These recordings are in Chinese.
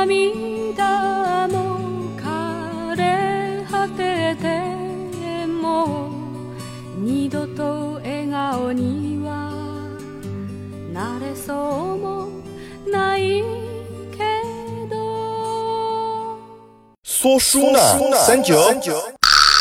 涙も枯れ果てても二度と笑顔にはなれそうもないけど。 说书呢39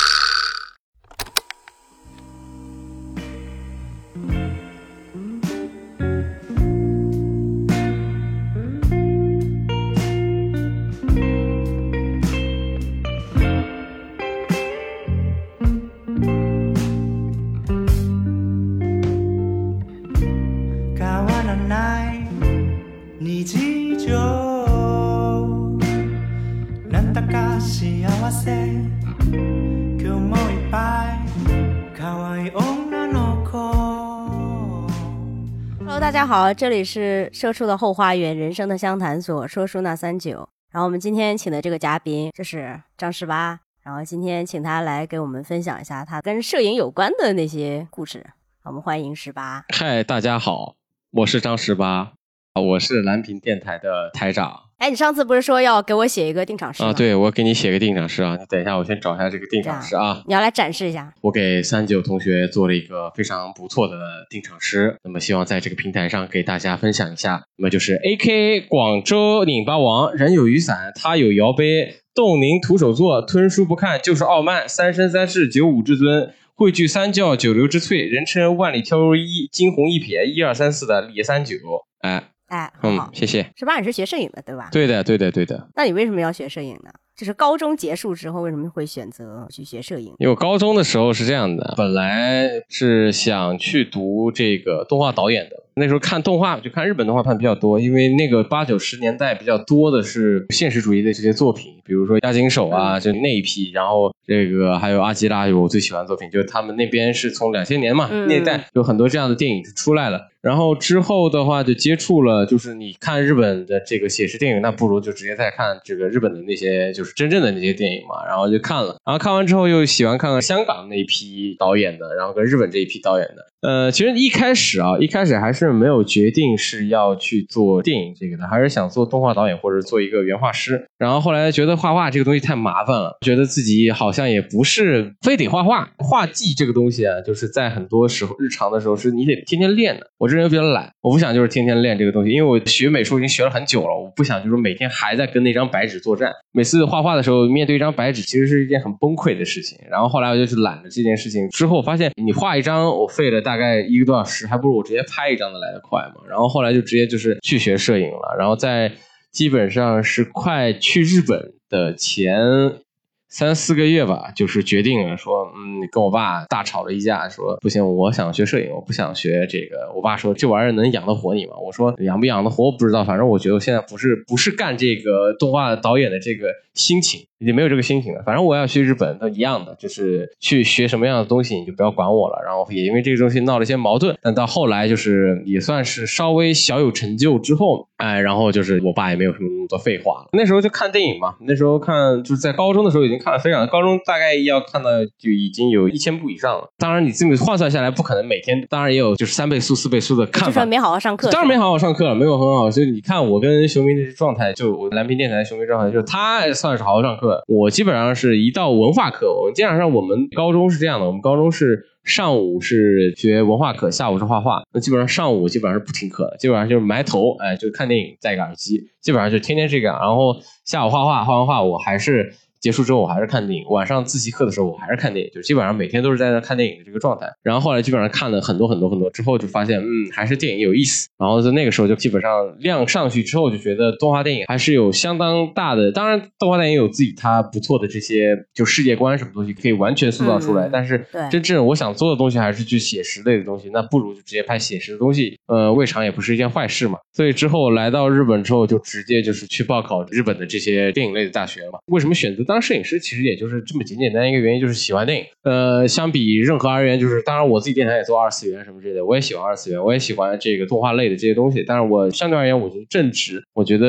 大家好，这里是社畜的后花园，人生的相谈所，说书那39。然后我们今天请的这个嘉宾就是张18，然后今天请他来给我们分享一下他跟摄影有关的那些故事。我们欢迎18。 嗨，大家好，我是张18，我是蓝屏电台的台长。 哎，你上次不是说要给我写一个定场诗吗？ 对，我给你写个定场诗啊。你等一下，我先找一下这个定场诗啊。 你要来展示一下。 我给39同学做了一个非常不错的定场诗，那么希望在这个平台上给大家分享一下。那么就是 AK 广州拧巴王，人有雨伞，他有摇杯，冻龄徒手作，吞书不看就是傲慢，三生三世95至尊，汇聚三教九流之萃，人称万里挑如一，惊鸿一瞥1234的李39。 很好， 谢谢。 18你是学摄影的对吧？ 对的。那你为什么要学摄影呢？就是高中结束之后为什么会选择去学摄影？ 因为我高中的时候是这样的，本来是想去读这个动画导演的。那时候看动画就看日本动画看比较多，因为那个80、90年代比较多的是现实主义的这些作品，比如说押井守啊，就那一批，然后这个还有阿基拉有我最喜欢的作品，就是他们那边是从2000年嘛，那一代有很多这样的电影出来了。然后之后的话就接触了，就是你看日本的这个写实电影，那不如就直接再看这个日本的那些就是真正的那些电影嘛，然后就看了，然后看完之后又喜欢看看香港那一批导演的，然后跟日本这一批导演的。其实一开始还是没有决定是要去做电影这个的，还是想做动画导演或者做一个原画师。然后后来觉得画画这个东西太麻烦了，觉得自己好像也不是非得画画，画技这个东西啊，就是在很多时候日常的时候是你得天天练的。我这人比较懒，我不想就是天天练这个东西，因为我学美术已经学了很久了，我不想就是每天还在跟那张白纸作战。每次画画的时候面对一张白纸其实是一件很崩溃的事情，然后后来我就去懒了这件事情之后，发现你画一张我费了大概1个多小时，还不如我直接拍一张的来得快嘛。然后后来就直接就是去学摄影了，然后在基本上是快去日本的前3、4个月吧，就是决定了说跟我爸大吵了一架，说不行，我想学摄影，我不想学这个。我爸说这玩意儿能养得活你吗？我说养不养得活我不知道，反正我觉得我现在不是干这个动画导演的这个心情，也没有这个心情了。反正我要去日本都一样的，就是去学什么样的东西你就不要管我了。然后也因为这个东西闹了一些矛盾，但到后来就是也算是稍微小有成就之后，然后就是我爸也没有什么那么多废话了。那时候就看电影嘛，那时候看就是在高中的时候已经看了非常，高中大概要看到就已经有1000部以上了。当然你这么换算下来不可能每天，当然也有就是3倍速4倍速的看法， 就说没好好上课。 当然没好好上课了，没有很好。所以你看我跟熊明的状态，就我蓝屏电台熊明状态，就是他算是好好上课，我基本上是一到文化课，基本上我们高中是这样的，我们高中是上午是学文化课，下午是画画。那基本上上午基本上是不听课的，基本上就是埋头，就看电影，戴个耳机，基本上就天天这个样。然后下午画画，画完画我还是结束之后我还是看电影，晚上自习课的时候我还是看电影，就基本上每天都是在那看电影的这个状态。然后后来基本上看了很多之后就发现还是电影有意思，然后在那个时候就基本上量上去之后就觉得动画电影还是有相当大的，当然动画电影有自己它不错的这些就世界观什么东西可以完全塑造出来，但是真正我想做的东西还是去写实类的东西，那不如就直接拍写实的东西，未尝也不是一件坏事嘛。所以之后来到日本之后就直接就是去报考日本的这些电影类的大学了嘛。为什么选择当摄影师，其实也就是这么简单一个原因，就是喜欢电影。相比任何而言，就是当然我自己电台也做2次元什么之类的，我也喜欢2次元，我也喜欢这个动画类的这些东西，但是我相对而言我觉得正直，我觉得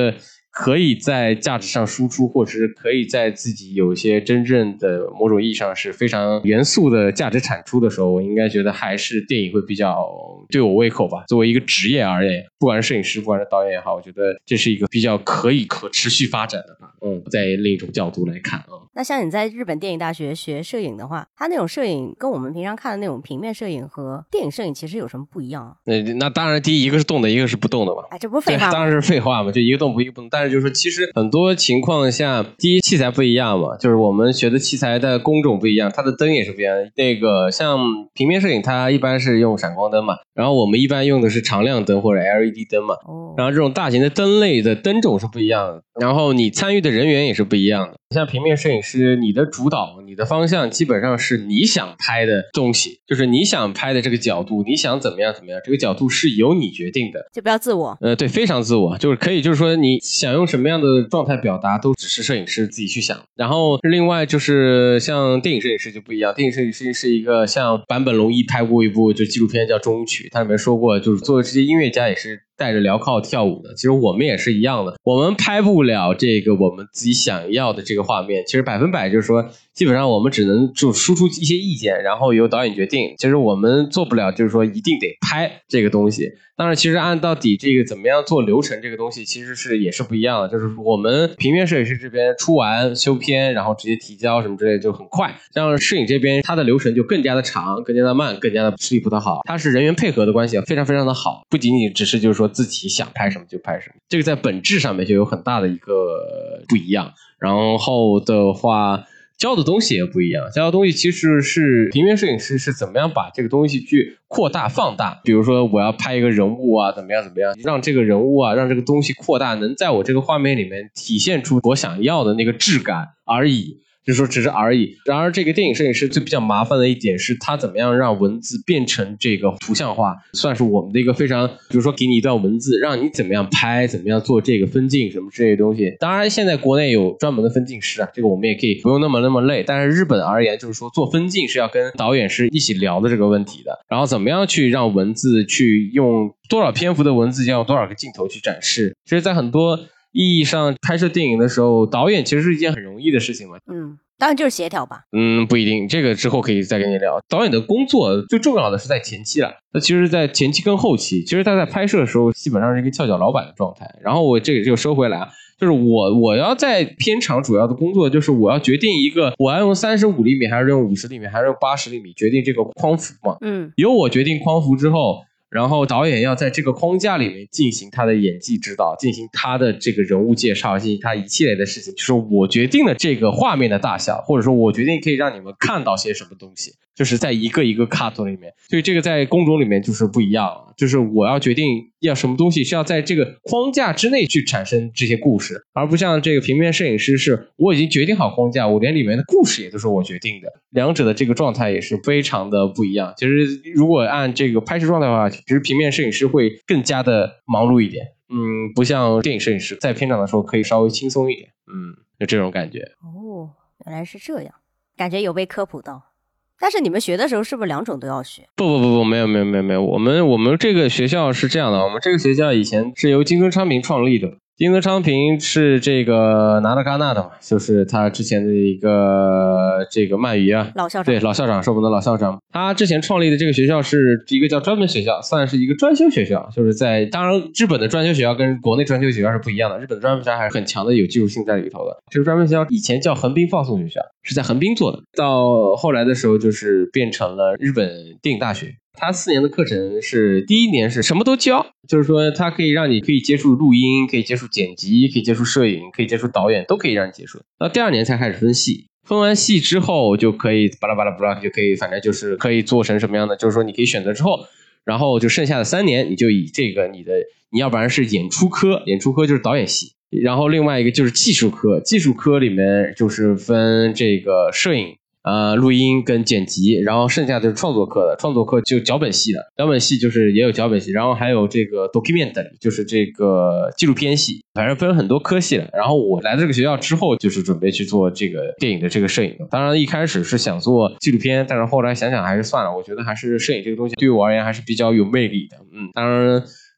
可以在价值上输出，或者是可以在自己有一些真正的某种意义上是非常严肃的价值产出的时候，我应该觉得还是电影会比较对我胃口吧。作为一个职业而言，不管是摄影师不管是导演也好，我觉得这是一个比较可持续发展的吧。在另一种角度来看啊。 那像你在日本电影大学学摄影的话，它那种摄影跟我们平常看的那种平面摄影和电影摄影其实有什么不一样啊？ 那当然，第一个是动的，一个是不动的嘛。 这不是废话吗？ 当然是废话嘛，就一个动不一个不动。但是就是说，其实很多情况下，第一器材不一样嘛，就是我们学的器材的工种不一样，它的灯也是不一样。那个像平面摄影，它一般是用闪光灯嘛，然后我们一般用的是常亮灯或者 LED 灯嘛。然后这种大型的灯类的灯种是不一样的，然后你参与的人员也是不一样的。像平面摄影师，你的主导、你的方向基本上是你想拍的东西，就是你想拍的这个角度，你想怎么样怎么样，这个角度是由你决定的， 就不要自我。 对，非常自我，就是可以，就是说你想用什么样的状态表达，都只是摄影师自己去想。然后另外就是像电影摄影师就不一样，电影摄影师是一个像坂本龙一拍过一部就纪录片叫《中曲》，他里面说过，就是作为这些音乐家也是带着镣铐跳舞的。其实我们也是一样的，我们拍不了这个我们自己想要的这个画面，其实100%就是说基本上我们只能就输出一些意见，然后由导演决定。其实我们做不了就是说一定得拍这个东西。当然其实按到底这个怎么样做流程，这个东西其实也是不一样的。就是我们平面摄影师这边出完修片然后直接提交什么之类的就很快，像摄影这边它的流程就更加的长，更加的慢，更加的吃力不讨好。它是人员配合的关系非常非常的好，不仅仅只是就是说自己想拍什么就拍什么，这个在本质上面就有很大的一个不一样。然后的话教的东西也不一样，教的东西其实是平面摄影师是怎么样把这个东西去扩大放大。比如说我要拍一个人物啊，怎么样让这个人物啊，让这个东西扩大，能在我这个画面里面体现出我想要的那个质感而已，就是说只是而已。然而这个电影摄影师最比较麻烦的一点是他怎么样让文字变成这个图像化，算是我们的一个非常，比如说给你一段文字让你怎么样拍，怎么样做这个分镜什么之类的东西。当然现在国内有专门的分镜师啊，这个我们也可以不用那么累，但是日本而言就是说做分镜是要跟导演是一起聊的这个问题的，然后怎么样去让文字去用多少篇幅的文字要用多少个镜头去展示。其实在很多意义上拍摄电影的时候，导演其实是一件很容易的事情嘛。 当然就是协调吧。 不一定，这个之后可以再跟你聊。导演的工作最重要的是在前期了，那其实在前期跟后期，其实他在拍摄的时候基本上是一个翘脚老板的状态。然后我这个就收回来啊，就是我要在片场主要的工作就是我要决定一个我要用35厘米还是用50厘米还是用80厘米决定这个框幅嘛。由我决定框幅之后，然后导演要在这个框架里面进行他的演技指导，进行他的这个人物介绍，进行他一系列的事情，就是我决定了这个画面的大小，或者说我决定可以让你们看到些什么东西，就是在一个一个 cut 里面。所以这个在工种里面就是不一样，就是我要决定要什么东西是要在这个框架之内去产生这些故事，而不像这个平面摄影师是我已经决定好框架，我连里面的故事也都是我决定的，两者的这个状态也是非常的不一样。其实如果按这个拍摄状态的话，其实平面摄影师会更加的忙碌一点，不像电影摄影师在片场的时候可以稍微轻松一点，就这种感觉。 原来是这样，感觉有被科普到。但是你们学的时候是不是两种都要学？ 不，没有，我们这个学校是这样的，我们这个学校以前是由金村昌平创立的。金村昌平是这个拿了戛纳的嘛，就是他之前的一个这个鳗鱼啊， 老校长， 对，老校长是我们的老校长。他之前创立的这个学校是一个叫专门学校，算是一个专修学校，就是当然日本的专修学校跟国内专修学校是不一样的，日本的专门学校还是很强的有技术性在里头的。这个专门学校以前叫横滨放送学校，是在横滨做的，到后来的时候就是变成了日本电影大学。他4年的课程是第1年是什么都教，就是说他可以让你可以接触录音，可以接触剪辑，可以接触摄影，可以接触导演，都可以让你接触。到第2年才开始分系，分完系之后就可以巴拉巴拉巴拉，就可以反正就是可以做成什么样的，就是说你可以选择之后，然后就剩下的3年你就以这个你要不然是演出科就是导演系，然后另外一个就是技术科里面就是分这个摄影录音跟剪辑，然后剩下就是创作课就脚本系的，脚本系就是也有脚本系，然后还有这个 documentary 就是这个纪录片系，反正分很多科系了。然后我来这个学校之后就是准备去做这个电影的这个摄影，当然一开始是想做纪录片，但是后来想想还是算了，我觉得还是摄影这个东西对我而言还是比较有魅力的。当然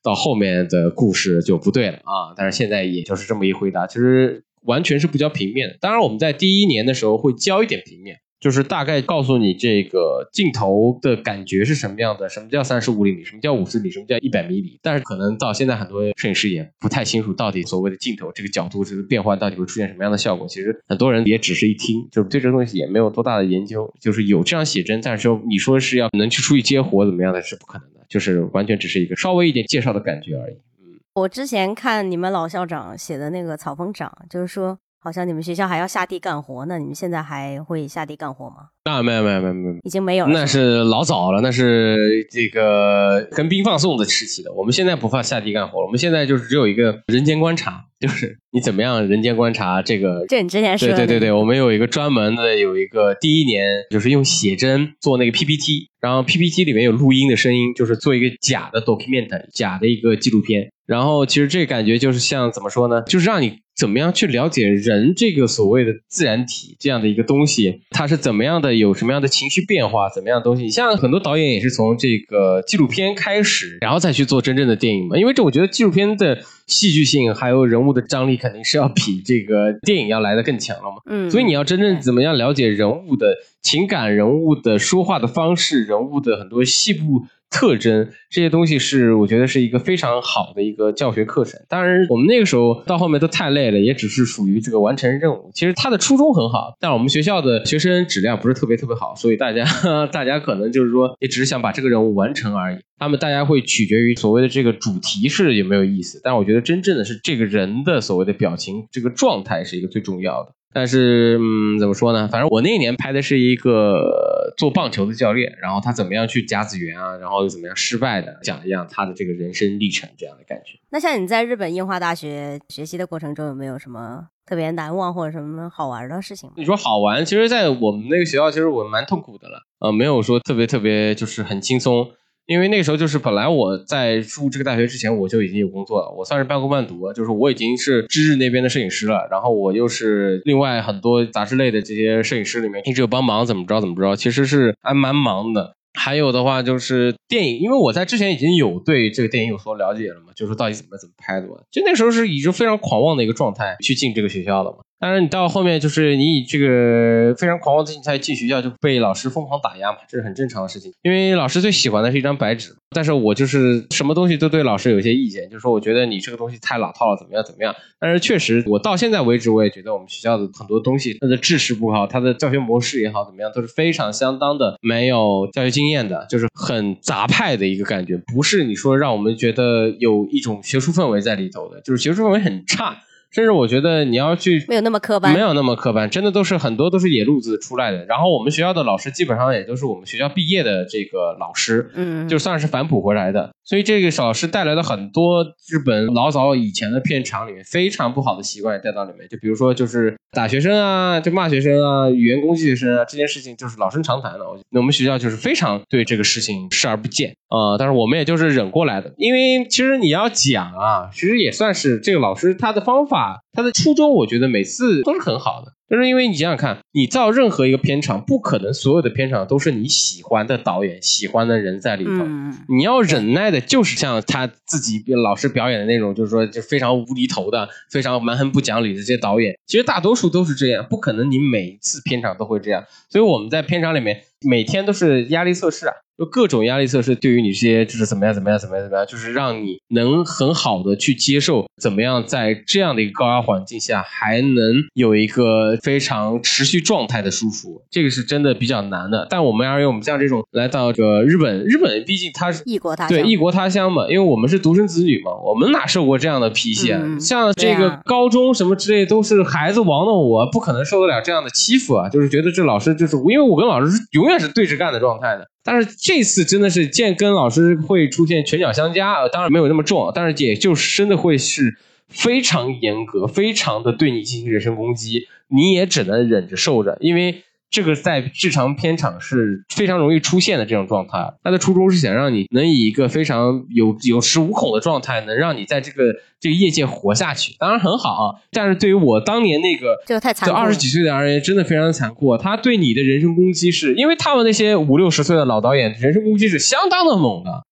到后面的故事就不对了啊。但是现在也就是这么一回答，其实完全是不教平面的。当然我们在第一年的时候会教一点平面，就是大概告诉你这个镜头的感觉是什么样的，什么叫35厘米，什么叫50厘米，什么叫100米里。但是可能到现在很多摄影师也不太清楚到底所谓的镜头这个角度这个变换到底会出现什么样的效果。其实很多人也只是一听，就是对这个东西也没有多大的研究，就是有这样写真，但是你说是要能去出去接活怎么样的是不可能的，就是完全只是一个稍微一点介绍的感觉而已。 我之前看你们老校长写的那个草风长，就是说好像你们学校还要下地干活呢，你们现在还会下地干活吗？ 没有， 已经没有了。 那是老早了，那是这个跟兵放送的时期的。我们现在不怕下地干活了，我们现在就是只有一个人间观察，就是你怎么样人间观察这个。 这你之前说的。 对，我们有一个专门的，有一个第一年就是用写真做那个 PPT， 然后 PPT 里面有录音的声音，就是做一个假的 documentary， 假的一个纪录片。然后其实这感觉就是像怎么说呢，就是让你怎么样去了解人这个所谓的自然体这样的一个东西，它是怎么样的，有什么样的情绪变化，怎么样的东西。像很多导演也是从这个纪录片开始，然后再去做真正的电影嘛。因为我觉得纪录片的戏剧性还有人物的张力肯定是要比这个电影要来得更强了嘛。所以你要真正怎么样了解人物的情感，人物的说话的方式，人物的很多细部特征，这些东西是我觉得是一个非常好的一个教学课程。当然我们那个时候到后面都太累了，也只是属于这个完成任务。其实他的初衷很好，但我们学校的学生质量不是特别好，所以大家可能就是说也只是想把这个任务完成而已。大家会取决于所谓的这个主题是有没有意思，但我觉得真正的是这个人的所谓的表情，这个状态是一个最重要的。但是怎么说呢，反正我那一年拍的是一个做棒球的教练，然后他怎么样去甲子园啊，然后又怎么样失败的，讲一样他的这个人生历程这样的感觉。 那像你在日本樱花大学学习的过程中，有没有什么特别难忘或者什么好玩的事情吗？ 你说好玩，其实在我们那个学校其实我蛮痛苦的了，没有说特别就是很轻松。因为那个时候就是本来我在入这个大学之前我就已经有工作了，我算是半工半读，就是我已经是知日那边的摄影师了，然后我又是另外很多杂志类的这些摄影师里面一直有帮忙怎么着，其实是还蛮忙的。还有的话就是电影，因为我在之前已经有对这个电影有所了解了嘛，就是到底怎么拍的嘛，就那时候是以一种非常狂妄的一个状态去进这个学校的嘛。当然你到后面就是你以这个非常狂妄的心态进学校，就被老师疯狂打压嘛，这是很正常的事情。因为老师最喜欢的是一张白纸，但是我就是什么东西都对老师有些意见，就是说我觉得你这个东西太老套了，怎么样。但是确实我到现在为止我也觉得我们学校的很多东西，它的制式不好，它的教学模式也好怎么样，都是非常相当的没有教学经验的，就是很杂派的一个感觉，不是你说让我们觉得有一种学术氛围在里头的，就是学术氛围很差。甚至我觉得你要去没有那么科班，真的都是很多都是野路子出来的。然后我们学校的老师基本上也都是我们学校毕业的这个老师，就算是返哺回来的。所以这个老师带来了很多日本老早以前的片场里面非常不好的习惯带到里面，就比如说就是打学生啊，就骂学生啊，语言攻击学生啊，这件事情就是老生常谈的。我们学校就是非常对这个事情视而不见但是我们也就是忍过来的。因为其实你要讲啊，其实也算是这个老师他的方法，他的初衷我觉得每次都是很好的。就是因为你想想看，你造任何一个片场，不可能所有的片场都是你喜欢的导演喜欢的人在里头，你要忍耐的就是像他自己老师表演的那种，就是说就非常无厘头的，非常蛮横不讲理的这些导演，其实大多数都是这样，不可能你每一次片场都会这样。所以我们在片场里面每天都是压力测试啊，就各种压力测试，对于你这些就是怎么样，就是让你能很好的去接受怎么样在这样的一个高压环境下还能有一个非常持续状态的输出，这个是真的比较难的。但我们而言，我们像这种来到这个日本毕竟它是异国他乡， 对，异国他乡嘛，因为我们是独生子女嘛，我们哪受过这样的批戏啊？像这个高中什么之类都是孩子王的，我不可能受得了这样的欺负啊，就是觉得这老师就是因为我跟老师是永远是对着干的状态的。但是这次真的是跟老师会出现拳脚相加，当然没有那么重，但是也就真的会是非常严格，非常的对你进行人身攻击，你也只能忍着受着，因为这个在日常片场是非常容易出现的这种状态。他的初衷是想让你能以一个非常有恃无恐的状态，能让你在这个业界活下去，当然很好啊。但是对于我当年那个这个太残酷了 ，20几岁的而言，真的非常残酷。他对你的人身攻击是因为他们那些50、60岁的老导演人身攻击是相当的猛的，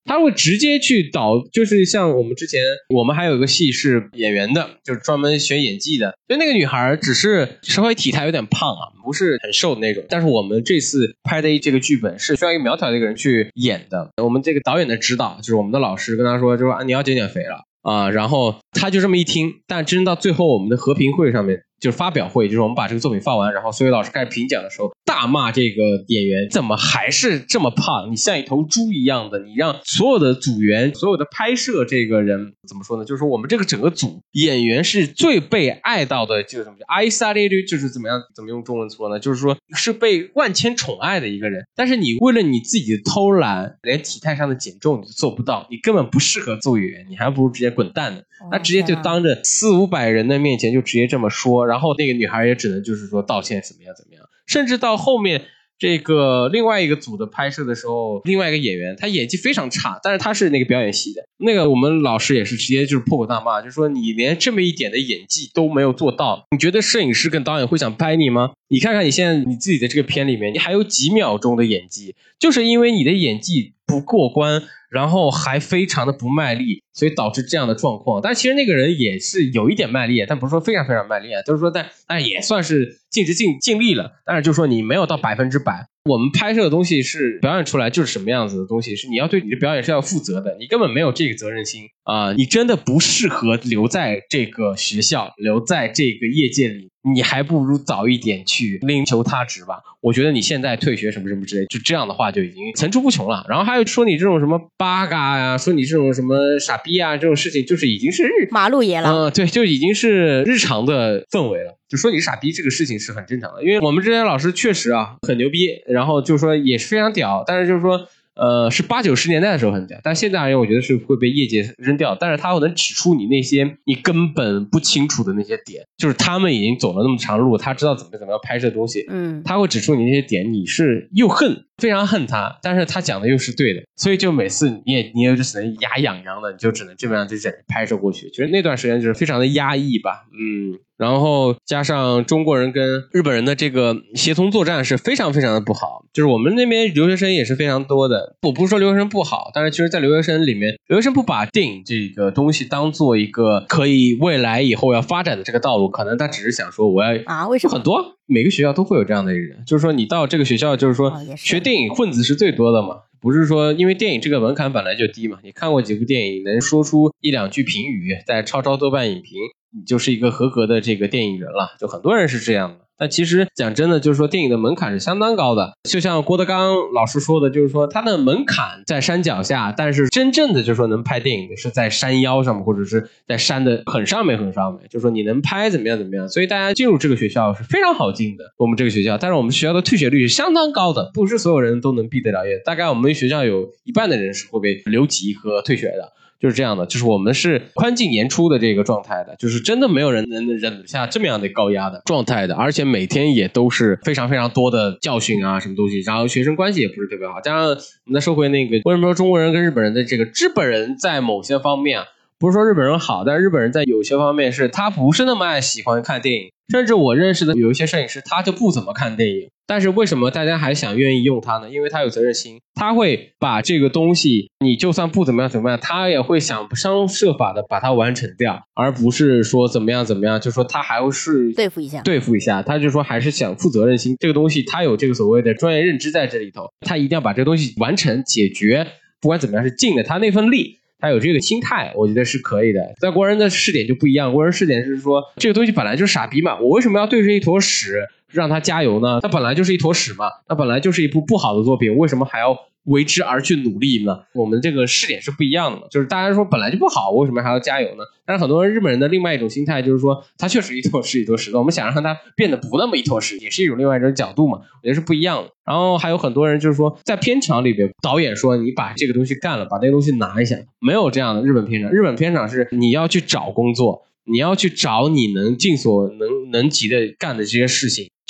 他会直接去导，就是像我们还有一个戏是演员的，就是专门学演技的，就那个女孩只是稍微体态有点胖啊，不是很瘦的那种，但是我们这次拍的这个剧本是需要一个苗条的一个人去演的，我们这个导演的指导就是我们的老师跟他说，就说你要减肥了啊，然后他就这么一听，但真到最后我们的和评会上面就是发表会，就是我们把这个作品放完，然后所有老师开始评奖的时候，大骂这个演员怎么还是这么胖，你像一头猪一样的，你让所有的组员所有的拍摄这个人怎么说呢，就是说我们这个整个组演员是最被爱到的，就是什么爱撒列律，就是怎么用中文说呢，就是说是被万千宠爱的一个人，但是你为了你自己的偷懒，连体态上的减重你都做不到，你根本不适合做演员，你还不如直接滚蛋呢。他直接就当着400-500人的面前就直接这么说，然后那个女孩也只能就是说道歉怎么样，甚至到后面这个另外一个组的拍摄的时候，另外一个演员他演技非常差，但是他是那个表演系的，那个我们老师也是直接就是破口大骂，就是说你连这么一点的演技都没有做到，你觉得摄影师跟导演会想拍你吗？你看看你现在你自己的这个片里面，你还有几秒钟的演技，就是因为你的演技不过关，然后还非常的不卖力，所以导致这样的状况。但其实那个人也是有一点卖力，但不是说非常非常卖力，就是说但也算是尽力了，但是就是说你没有到100%。我们拍摄的东西是表演出来就是什么样子的东西，是你要对你的表演是要负责的，你根本没有这个责任心啊，你真的不适合留在这个学校，留在这个业界里，你还不如早一点去另求他职吧。我觉得你现在退学什么什么之类，就这样的话就已经层出不穷了。然后还有说你这种什么八嘎呀，说你这种什么傻逼啊，这种事情就是已经是马路爷了。 对，就已经是日常的氛围了。就说你是傻逼这个事情是很正常的，因为我们这些老师确实啊很牛逼，然后就说也是非常屌，但是就是说是80-90年代的时候很屌，但现在而言我觉得是会被业界扔掉，但是他能指出你那些你根本不清楚的那些点，就是他们已经走了那么长路，他知道怎么样拍摄东西，他会指出你那些点，你是又非常恨他，但是他讲的又是对的，所以就每次你也就只能牙痒痒的，你就只能这么样就拍摄过去，觉得那段时间就是非常的压抑吧。然后加上中国人跟日本人的这个协同作战是非常非常的不好，就是我们那边留学生也是非常多的，我不是说留学生不好，但是其实在留学生里面，留学生不把电影这个东西当做一个可以未来以后要发展的这个道路，可能他只是想说我要为什么很多每个学校都会有这样的人，就是说你到这个学校就是说学电影混子是最多的嘛，不是说因为电影这个门槛本来就低嘛，你看过几部电影能说出1-2句评语，在超豆瓣影评你就是一个合格的这个电影人了，就很多人是这样的。但其实讲真的就是说电影的门槛是相当高的，就像郭德纲老师说的，就是说他的门槛在山脚下，但是真正的就是说能拍电影的是在山腰上面，或者是在山的很上面，就是说你能拍怎么样，所以大家进入这个学校是非常好进的，我们这个学校，但是我们学校的退学率是相当高的，不是所有人都能毕得了业，大概我们学校有一半的人是会被留级和退学的，就是这样的，就是我们是宽进严出的这个状态的，就是真的没有人能忍下这么样的高压的状态的，而且每天也都是非常非常多的教训啊什么东西，然后学生关系也不是特别好，加上我们再说回那个为什么说中国人跟日本人的这个，日本人在某些方面不是说日本人好，但是日本人在有些方面是他不是那么喜欢看电影，甚至我认识的有一些摄影师他就不怎么看电影，但是为什么大家还愿意用他呢？因为他有责任心，他会把这个东西你就算不怎么样，他也会想方设法的把它完成掉，而不是说怎么样，就说他还会是对付一下，他就说还是想负责任心，这个东西他有这个所谓的专业认知在这里头，他一定要把这个东西完成解决，不管怎么样是尽了他那份力，他有这个心态，我觉得是可以的。在国人的视点就不一样，国人视点是说这个东西本来就是傻逼嘛，我为什么要对着一坨屎让他加油呢？它本来就是一坨屎嘛，它本来就是一部不好的作品，为什么还要为之而去努力呢？我们这个视点是不一样的嘛，就是大家说本来就不好，为什么还要加油呢？但是很多日本人的另外一种心态就是说，它确实一坨屎的，我们想让它变得不那么一坨屎，也是一种另外一种角度嘛，我觉得是不一样的。然后还有很多人就是说，在片场里边，导演说你把这个东西干了，把那个东西拿一下，没有这样的日本片场。日本片场是你要去找工作，你要去找你能尽所能及的干的这些事情，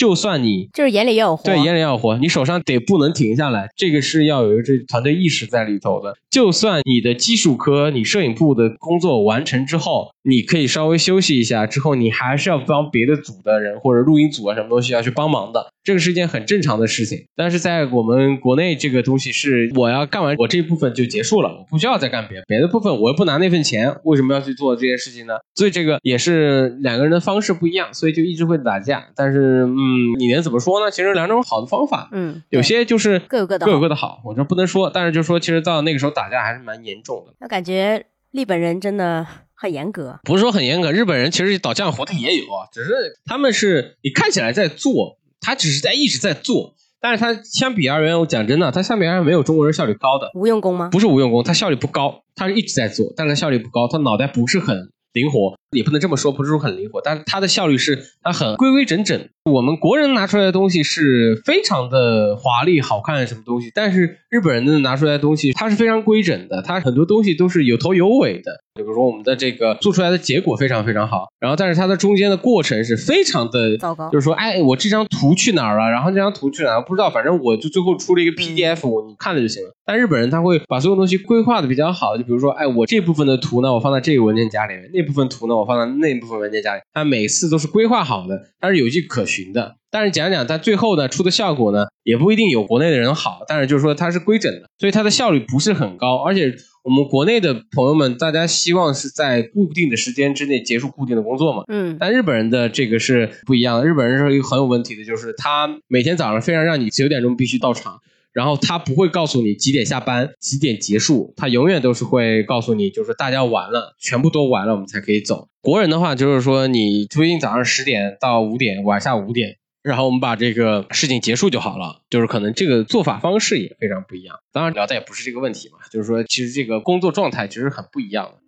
就算你就是眼里要有活， 对，眼里要有活，你手上得不能停下来，这个是要有这团队意识在里头的。就算你的基础科你摄影部的工作完成之后，你可以稍微休息一下，之后你还是要帮别的组的人或者录音组啊什么东西要去帮忙的，这个是一件很正常的事情。但是在我们国内这个东西是我要干完我这一部分就结束了，我不需要再干别的部分，我又不拿那份钱，为什么要去做这件事情呢？所以这个也是两个人的方式不一样，所以就一直会打架。但是你能怎么说呢？其实两种好的方法，有些就是各有各的好，我这不能说，但是就说其实到那个时候打架还是蛮严重的。 我感觉日本人真的很严格， 不是说很严格，日本人其实倒浆糊的也有啊，只是他们是你看起来在做，他只是一直在做，但是他相比而言，我讲真的，他相比而言没有中国人效率高的。 无用功吗？ 不是无用功，他效率不高，他是一直在做，但是他效率不高，他脑袋不是很灵活，也不能这么说，不是说很灵活，但是他的效率是他很规整整。我们国人拿出来的东西是非常的华丽好看什么东西，但是日本人拿出来的东西它是非常规整的，它很多东西都是有头有尾的。比如说我们的这个做出来的结果非常非常好，然后但是它的中间的过程是非常的糟糕， 就是说我这张图去哪儿了，然后这张图去哪儿不知道，反正我就最后出了一个 PDF，你看了就行了。但日本人他会把所有东西规划的比较好，就比如说我这部分的图呢我放在这个文件夹里面，那部分图呢我放在那部分文件夹里，它每次都是规划好的，它是有迹可循的。但是讲它最后呢出的效果呢也不一定有国内的人好，但是就是说它是规整的，所以它的效率不是很高。而且我们国内的朋友们大家希望是在固定的时间之内结束固定的工作嘛，但日本人的这个是不一样的。日本人是一个很有问题的，就是他每天早上非常让你9点钟必须到场，然后他不会告诉你几点下班几点结束，他永远都是会告诉你就是大家完了全部都完了我们才可以走。国人的话就是说你规定早上10点到5点晚下午5点，然后我们把这个事情结束就好了，就是可能这个做法方式也非常不一样。当然聊的也不是这个问题嘛，就是说其实这个工作状态其实很不一样的。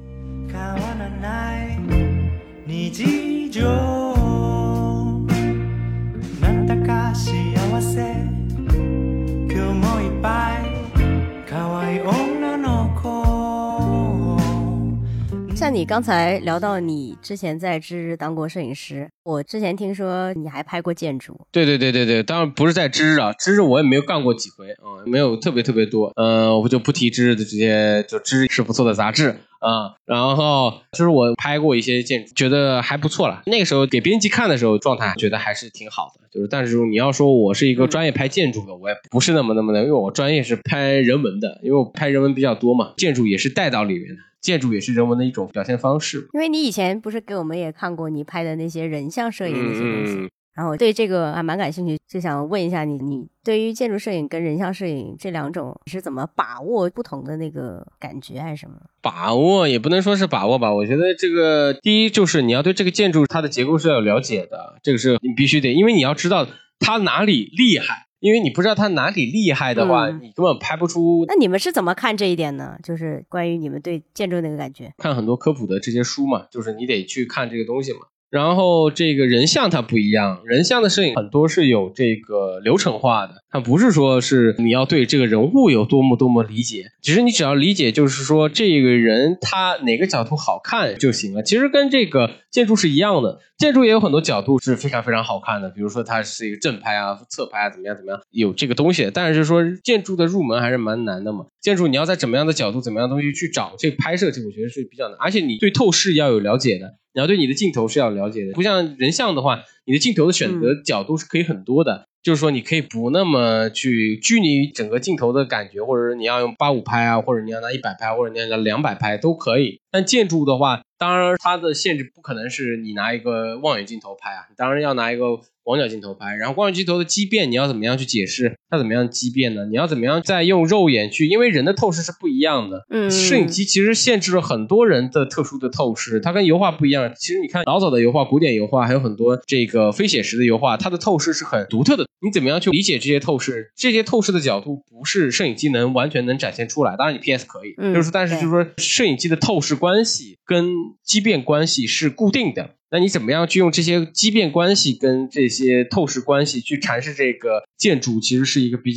像你刚才聊到你之前在知当过摄影师，我之前听说你还拍过建筑。 对，当然不是在知啊，知我也没有干过几回没有特别多。我就不提知的，直接就知是不错的杂志然后就是我拍过一些建筑，觉得还不错了。那个时候给编辑看的时候，状态觉得还是挺好的。就是但是你要说我是一个专业拍建筑的，我也不是那么的，因为我专业是拍人文的，因为我拍人文比较多嘛，建筑也是带到里面的。建筑也是人文的一种表现方式。 因为你以前不是给我们也看过你拍的那些人像摄影那些东西，然后我对这个还蛮感兴趣，就想问一下你对于建筑摄影跟人像摄影这两种是怎么把握不同的那个感觉还是什么？ 把握也不能说是把握吧，我觉得这个第一就是你要对这个建筑它的结构是要有了解的，这个是你必须得，因为你要知道它哪里厉害。因为你不知道他哪里厉害的话，你根本拍不出。 那你们是怎么看这一点呢？就是关于你们对建筑那个感觉。 看很多科普的这些书嘛，就是你得去看这个东西嘛。然后这个人像它不一样，人像的摄影很多是有这个流程化的，它不是说是你要对这个人物有多么理解，其实你只要理解就是说这个人他哪个角度好看就行了。其实跟这个建筑是一样的，建筑也有很多角度是非常好看的，比如说它是一个正拍啊侧拍啊怎么样有这个东西，但是说建筑的入门还是蛮难的嘛。建筑你要在怎么样的角度怎么样的东西去找这个拍摄，这个我觉得是比较难，而且你对透视要有了解的，你要对你的镜头是要了解的，不像人像的话你的镜头的选择角度是可以很多的，就是说你可以不那么去拘泥于整个镜头的感觉，或者你要用85拍啊，或者你要拿100拍，或者你要拿200拍都可以。但建筑的话当然它的限制不可能是你拿一个望远镜头拍啊，你当然要拿一个广角镜头拍，然后广角镜头的畸变你要怎么样去解释它怎么样畸变呢？你要怎么样再用肉眼去，因为人的透视是不一样的，摄影机其实限制了很多人的特殊的透视，它跟油画不一样。其实你看老早的油画古典油画还有很多这个非写实的油画，它的透视是很独特的，你怎么样去理解这些透视，这些透视的角度不是摄影机完全能展现出来，当然你 PS 可以就是说，但是就是说摄影机的透视关系跟畸变关系是固定的，那你怎么样去用这些畸变关系跟这些透视关系去阐释这个建筑，其实是一个比较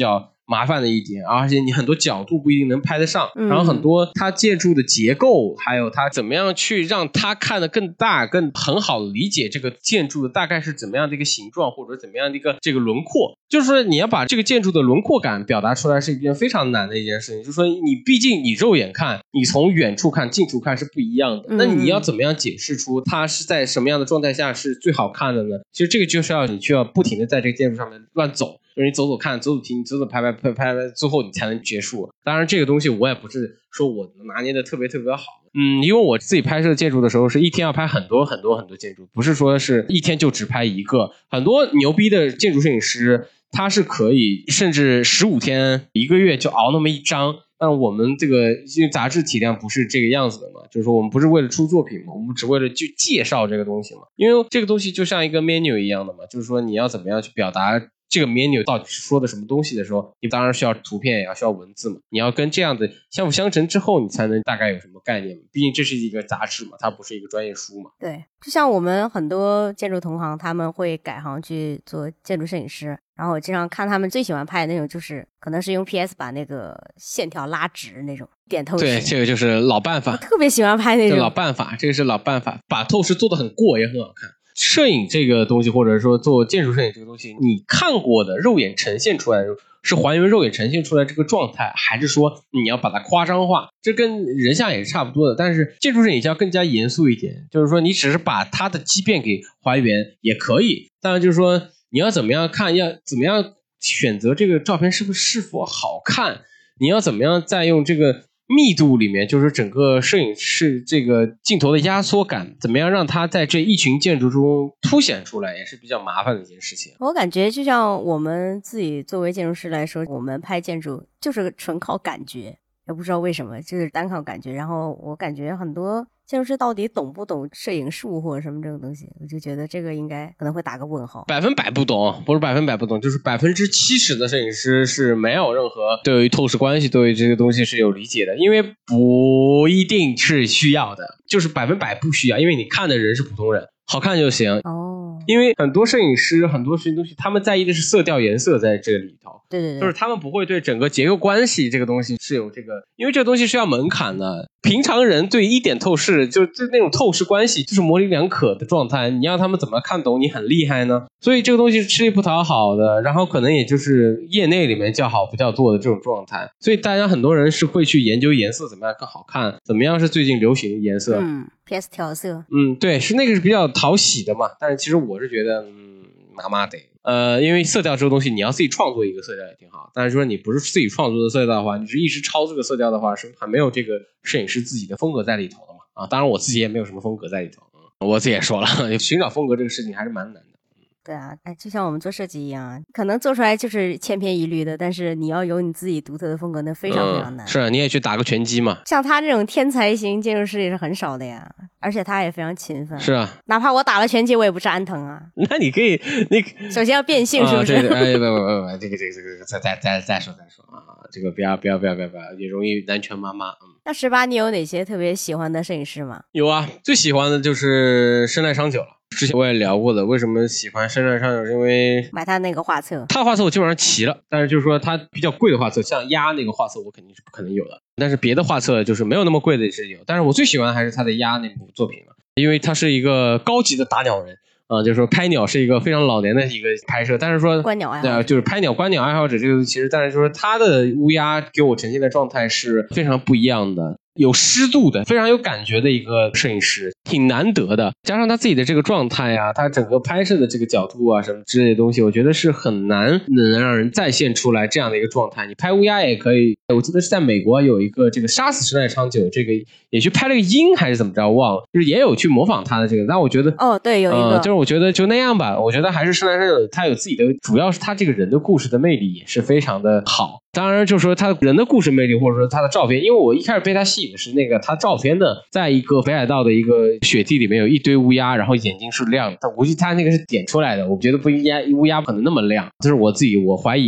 麻烦的一点，而且你很多角度不一定能拍得上，然后很多它建筑的结构，还有它怎么样去让它看得更大，很好理解这个建筑的大概是怎么样的一个形状，或者怎么样的一个这个轮廓。就是说你要把这个建筑的轮廓感表达出来是一件非常难的一件事情，就是说你毕竟你肉眼看，你从远处看近处看是不一样的，那你要怎么样解释出它是在什么样的状态下是最好看的呢？其实这个就是你需要不停的在这个建筑上面乱走，就是你走走看，走走停，走走拍，最后你才能结束。当然这个东西我也不是说我拿捏的特别好，因为我自己拍摄建筑的时候是一天要拍很多建筑，不是说是一天就只拍一个。很多牛逼的建筑摄影师他是可以甚至15天1个月就熬那么一张，但我们这个因为杂志体量不是这个样子的嘛，就是说我们不是为了出作品嘛，我们只为了去介绍这个东西嘛，因为这个东西就像一个 menu 一样的嘛，就是说你要怎么样去表达这个 menu 到底是说的什么东西的时候，你当然需要图片，也要需要文字嘛。你要跟这样的相辅相成之后，你才能大概有什么概念嘛。毕竟这是一个杂志嘛，它不是一个专业书嘛。 对，就像我们很多建筑同行，他们会改行去做建筑摄影师，然后我经常看他们最喜欢拍的那种，就是可能是用 PS 把那个线条拉直那种点透视。 对，这个就是老办法， 我特别喜欢拍那种老办法，这个是老办法，把透视做得很过也很好看。摄影这个东西，或者说做建筑摄影这个东西，你看过的肉眼呈现出来的是还原肉眼呈现出来这个状态，还是说你要把它夸张化？这跟人像也是差不多的，但是建筑摄影要更加严肃一点，就是说你只是把它的畸变给还原也可以，当然就是说你要怎么样看，要怎么样选择这个照片是否好看，你要怎么样再用这个密度里面，就是整个摄影师这个镜头的压缩感，怎么样让它在这一群建筑中凸显出来，也是比较麻烦的一件事情。 我感觉就像我们自己作为建筑师来说，我们拍建筑就是纯靠感觉，也不知道为什么，就是单靠感觉。然后我感觉很多建筑师到底懂不懂摄影术或者什么这个东西，我就觉得这个应该可能会打个问号。 100%不懂，不是100%不懂，就是70%的摄影师是没有任何对于透视关系，对于这个东西是有理解的，因为不一定是需要的，就是100%不需要，因为你看的人是普通人，好看就行。因为很多摄影师很多东西他们在意的是色调颜色在这里头， 对， 就是他们不会对整个结构关系这个东西是有这个，因为这个东西是要门槛的。平常人对一点透视就那种透视关系就是模棱两可的状态，你让他们怎么看懂你很厉害呢？所以这个东西是吃力不讨好的，然后可能也就是业内里面叫好不叫座的这种状态，所以大家很多人是会去研究颜色怎么样更好看，怎么样是最近流行的颜色 PS 调色对，是那个是比较讨喜的嘛，但是其实我是觉得麻麻得因为色调这个东西你要自己创作一个色调也挺好，但是说你不是自己创作的色调的话，你是一直抄这个色调的话，是还没有这个摄影师自己的风格在里头的嘛。当然我自己也没有什么风格在里头，我自己也说了，寻找风格这个事情还是蛮难的。 对啊，就像我们做设计一样，可能做出来就是千篇一律的，但是你要有你自己独特的风格，那非常非常难。 是，你也去打个拳击嘛。 像他这种天才型建筑师也是很少的呀，而且他也非常勤奋。 是啊， 哪怕我打了拳击，我也不是安藤啊。 那你可以，首先要变性，是不是？ 不，这个再说啊，这个不要，也容易男权妈妈。 那18你有哪些特别喜欢的摄影师吗？ 有啊，最喜欢的就是深濑昌久了。之前我也聊过的，为什么喜欢深濑昌久，是因为买他那个画册， 他的画册我基本上齐了，但是就是说他比较贵的画册，像鸭那个画册我肯定是不可能有的，但是别的画册就是没有那么贵的也是有，但是我最喜欢的还是他的鸭那部作品了，因为他是一个高级的打鸟人就是说拍鸟是一个非常老年的一个拍摄，但是说观鸟爱好者， 就是拍鸟观鸟爱好者这个其实，但是说他的乌鸦给我呈现的状态是非常不一样的，有湿度的，非常有感觉的一个摄影师，挺难得的。加上他自己的这个状态啊，他整个拍摄的这个角度啊，什么之类的东西，我觉得是很难能让人再现出来这样的一个状态。你拍乌鸦也可以，我记得是在美国有一个这个杀死深濑昌久，这个也去拍了个鹰还是怎么着，忘了，就是也有去模仿他的这个。但我觉得对，有一个， 就是我觉得就那样吧。我觉得还是深濑昌久他有自己的，主要是他这个人的故事的魅力也是非常的好。当然就是说他人的故事魅力，或者说他的照片，因为我一开始被他吸引的是那个他照片的，在一个北海道的一个雪地里面有一堆乌鸦，然后眼睛是亮的，但估计他那个是点出来的，我觉得不应该乌鸦可能那么亮，这是我怀疑啊。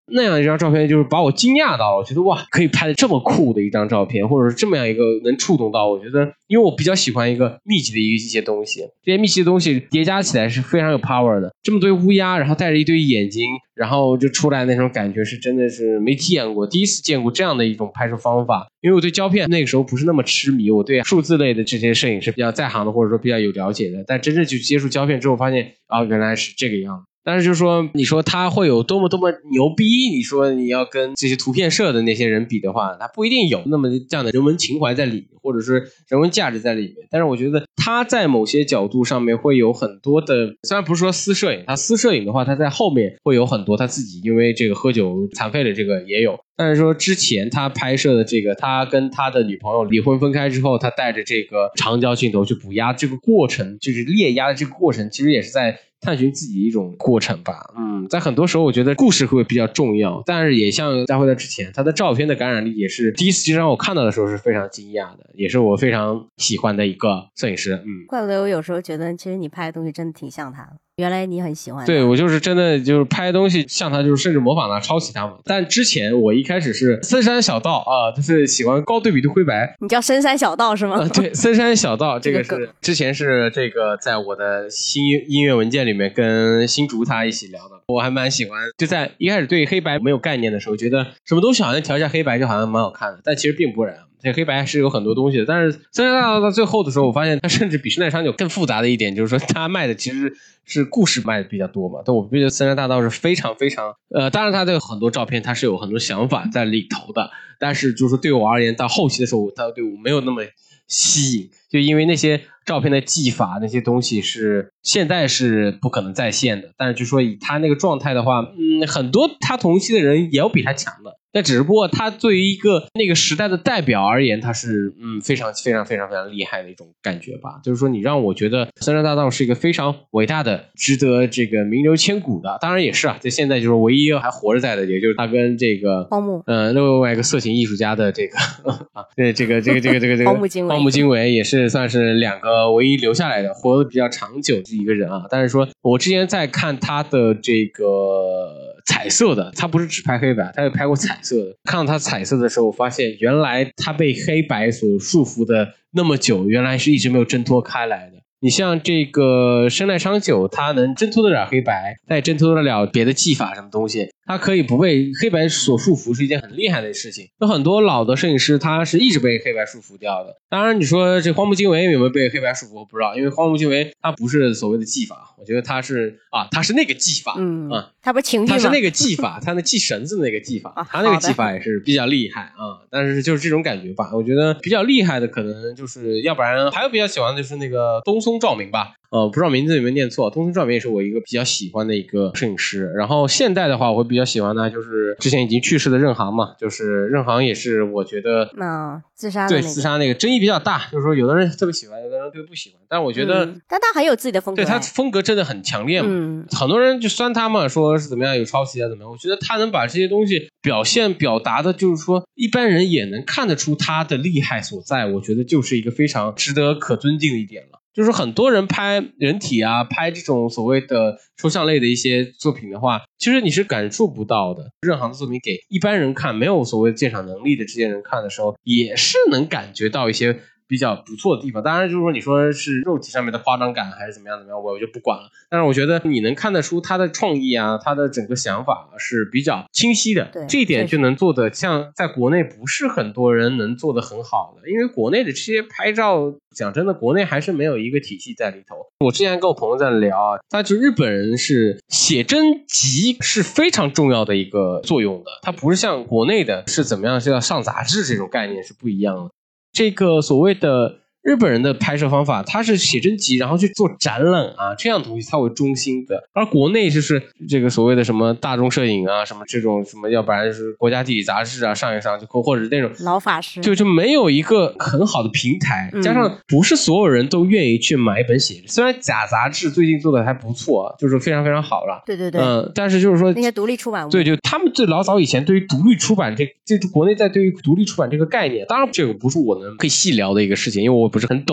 那样一张照片就是把我惊讶到了，我觉得哇，可以拍的这么酷的一张照片，或者是这么样一个能触动到我，觉得因为我比较喜欢一个密集的一些东西，这些密集的东西叠加起来是非常有 power 的，这么堆乌鸦，然后带着一堆眼睛，然后就出来那种感觉是真的是没体验过，第一次见过这样的一种拍摄方法。因为我对胶片那个时候不是那么痴迷，我对数字类的这些摄影是比较在行的，或者说比较有了解的，但真正去接触胶片之后发现啊，原来是这个样子。但是就是说你说它会有多么牛逼，你说你要跟这些图片社的那些人比的话，它不一定有那么这样的人文情怀在里面，或者是人文价值在里面。但是我觉得它在某些角度上面会有很多的，虽然不是说私摄影，它私摄影的话它在后面会有很多他自己因为这个喝酒残废的这个也有，但是说之前他拍摄的这个他跟他的女朋友离婚分开之后，他带着这个长焦镜头去捕鸭，这个过程就是猎鸭的这个过程其实也是在探寻自己的一种过程吧。在很多时候我觉得故事会比较重要，但是也像佳慧在之前他的照片的感染力也是第一次让我看到的时候是非常惊讶的，也是我非常喜欢的一个摄影师。 怪不得我有时候觉得其实你拍的东西真的挺像他的，原来你很喜欢他。 对，我就是真的就是拍东西像他，就是甚至模仿他抄袭他嘛。但之前我一开始是森山小道啊，就是喜欢高对比度灰白。 你叫深山小道是吗？ 对，森山小道这个是之前是这个在我的新音乐文件里面跟新竹他一起聊的，我还蛮喜欢。就在一开始对黑白没有概念的时候，觉得什么东西好像调一下黑白就好像蛮好看的，但其实并不然。这黑白是有很多东西的，但是森山大道到最后的时候，我发现它甚至比生态长久更复杂的一点，就是说它卖的其实是故事卖的比较多嘛。但我觉得森山大道是非常非常当然它的很多照片它是有很多想法在里头的，但是就是对我而言，到后期的时候，它对我没有那么吸引，就因为那些照片的技法那些东西是现在是不可能再现的，但是就说以他那个状态的话，很多他同期的人也有比他强的，但只不过他对于一个那个时代的代表而言，他是非常非常非常非常厉害的一种感觉吧。就是说你让我觉得森山大道是一个非常伟大的值得这个名留千古的，当然也是啊，在现在就是唯一还活着在的也就是他跟这个荒木另外一个色情艺术家的这个对这个荒木经惟也是算是两个唯一留下来的活得比较长久的一个人啊。但是说我之前在看他的这个彩色的，他不是只拍黑白，他也拍过彩色的。看到他彩色的时候，发现原来他被黑白所束缚的那么久，原来是一直没有挣脱开来的。你像这个生濑昌久，他能挣脱得了黑白，他也挣脱得了别的技法什么东西，他可以不被黑白所束缚，是一件很厉害的事情。有很多老的摄影师他是一直被黑白束缚掉的。当然你说这荒木经惟有没有被黑白束缚我不知道，因为荒木经惟他不是所谓的技法，我觉得他是那个技法他不是情绪吗？ 他是那个技法他那系绳子的那个技法他那个技法也是比较厉害但是就是这种感觉吧。我觉得比较厉害的可能就是要不然还有比较喜欢的就是那个东松照明吧，不知道名字有没有念错，东松照明也是我一个比较喜欢的一个摄影师。然后现代的话我会比较喜欢的就是之前已经去世的任航嘛，就是任航也是我觉得自杀的那个， 对自杀那个争议比较大，就是说有的人特别喜欢，有的人特别不喜欢，但我觉得但他很有自己的风格， 对他风格真的很强烈嘛很多人就酸他嘛，说是怎么样有抄袭啊怎么样，我觉得他能把这些东西表达的就是说一般人也能看得出他的厉害所在，我觉得就是一个非常值得可尊敬的一点了。就是很多人拍人体啊，拍这种所谓的抽象类的一些作品的话，其实你是感受不到的。任航的作品给一般人看，没有所谓鉴赏能力的这些人看的时候，也是能感觉到一些比较不错的地方。当然就是说你说是肉体上面的夸张感还是怎么样我就不管了，但是我觉得你能看得出他的创意啊，他的整个想法是比较清晰的，这一点就能做的像在国内不是很多人能做得很好的。因为国内的这些拍照讲真的国内还是没有一个体系在里头。我之前跟我朋友在聊他就日本人是写真集是非常重要的一个作用的，他不是像国内的是怎么样是要上杂志这种概念是不一样的。这个所谓的日本人的拍摄方法，他是写真集然后去做展览这样的东西才为中心的。而国内就是这个所谓的什么大众摄影什么这种什么，要不然就是国家地理杂志上一上就或者那种老法师， 就没有一个很好的平台，加上不是所有人都愿意去买一本写真。虽然假杂志最近做的还不错，就是非常非常好了， 对但是就是说那些独立出版物， 对，就他们最老早以前对于独立出版这国内在对于独立出版这个概念，当然这个不是我能可以细聊的一个事情，因为我不是很懂